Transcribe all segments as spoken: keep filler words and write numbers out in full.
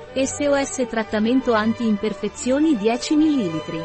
S O S Trattamento Anti-Imperfezioni dieci millilitri.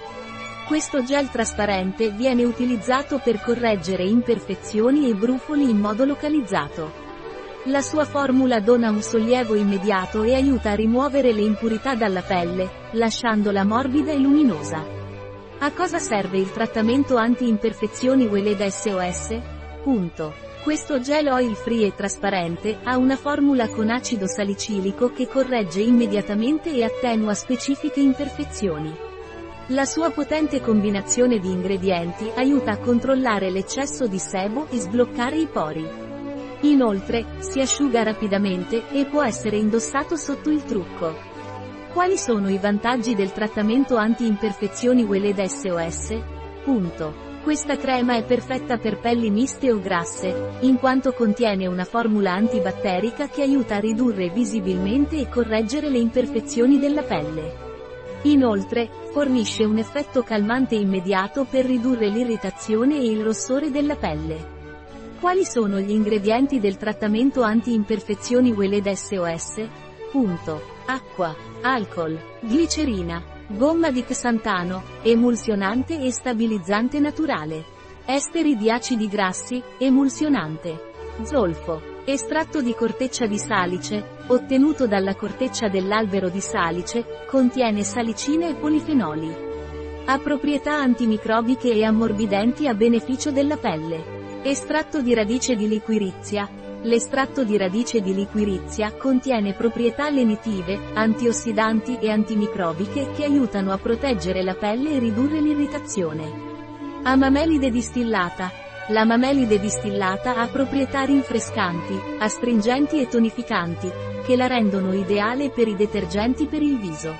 Questo gel trasparente viene utilizzato per correggere imperfezioni e brufoli in modo localizzato. La sua formula dona un sollievo immediato e aiuta a rimuovere le impurità dalla pelle, lasciandola morbida e luminosa. A cosa serve il trattamento anti-imperfezioni Weleda S O S? Punto. Questo gel oil free e trasparente ha una formula con acido salicilico che corregge immediatamente e attenua specifiche imperfezioni. La sua potente combinazione di ingredienti aiuta a controllare l'eccesso di sebo e sbloccare i pori. Inoltre, si asciuga rapidamente e può essere indossato sotto il trucco. Quali sono i vantaggi del trattamento anti-imperfezioni Weleda S O S? Punto. Questa crema è perfetta per pelli miste o grasse, in quanto contiene una formula antibatterica che aiuta a ridurre visibilmente e correggere le imperfezioni della pelle. Inoltre, fornisce un effetto calmante immediato per ridurre l'irritazione e il rossore della pelle. Quali sono gli ingredienti del trattamento anti-imperfezioni Weleda S O S? Punto. Acqua, alcol, glicerina, gomma di xantano, emulsionante e stabilizzante naturale. Esteri di acidi grassi, emulsionante. Zolfo. Estratto di corteccia di salice, ottenuto dalla corteccia dell'albero di salice, contiene salicine e polifenoli. Ha proprietà antimicrobiche e ammorbidenti a beneficio della pelle. Estratto di radice di liquirizia. L'estratto di radice di liquirizia contiene proprietà lenitive, antiossidanti e antimicrobiche che aiutano a proteggere la pelle e ridurre l'irritazione. Amamelide distillata. La mamelide distillata ha proprietà rinfrescanti, astringenti e tonificanti, che la rendono ideale per i detergenti per il viso.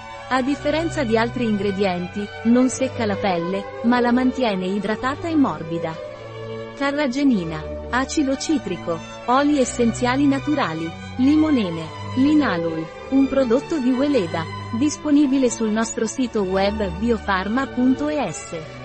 A differenza di altri ingredienti, non secca la pelle, ma la mantiene idratata e morbida. Carragenina, acido citrico, oli essenziali naturali, limonene, linalool, un prodotto di Weleda, disponibile sul nostro sito web biofarma punto es.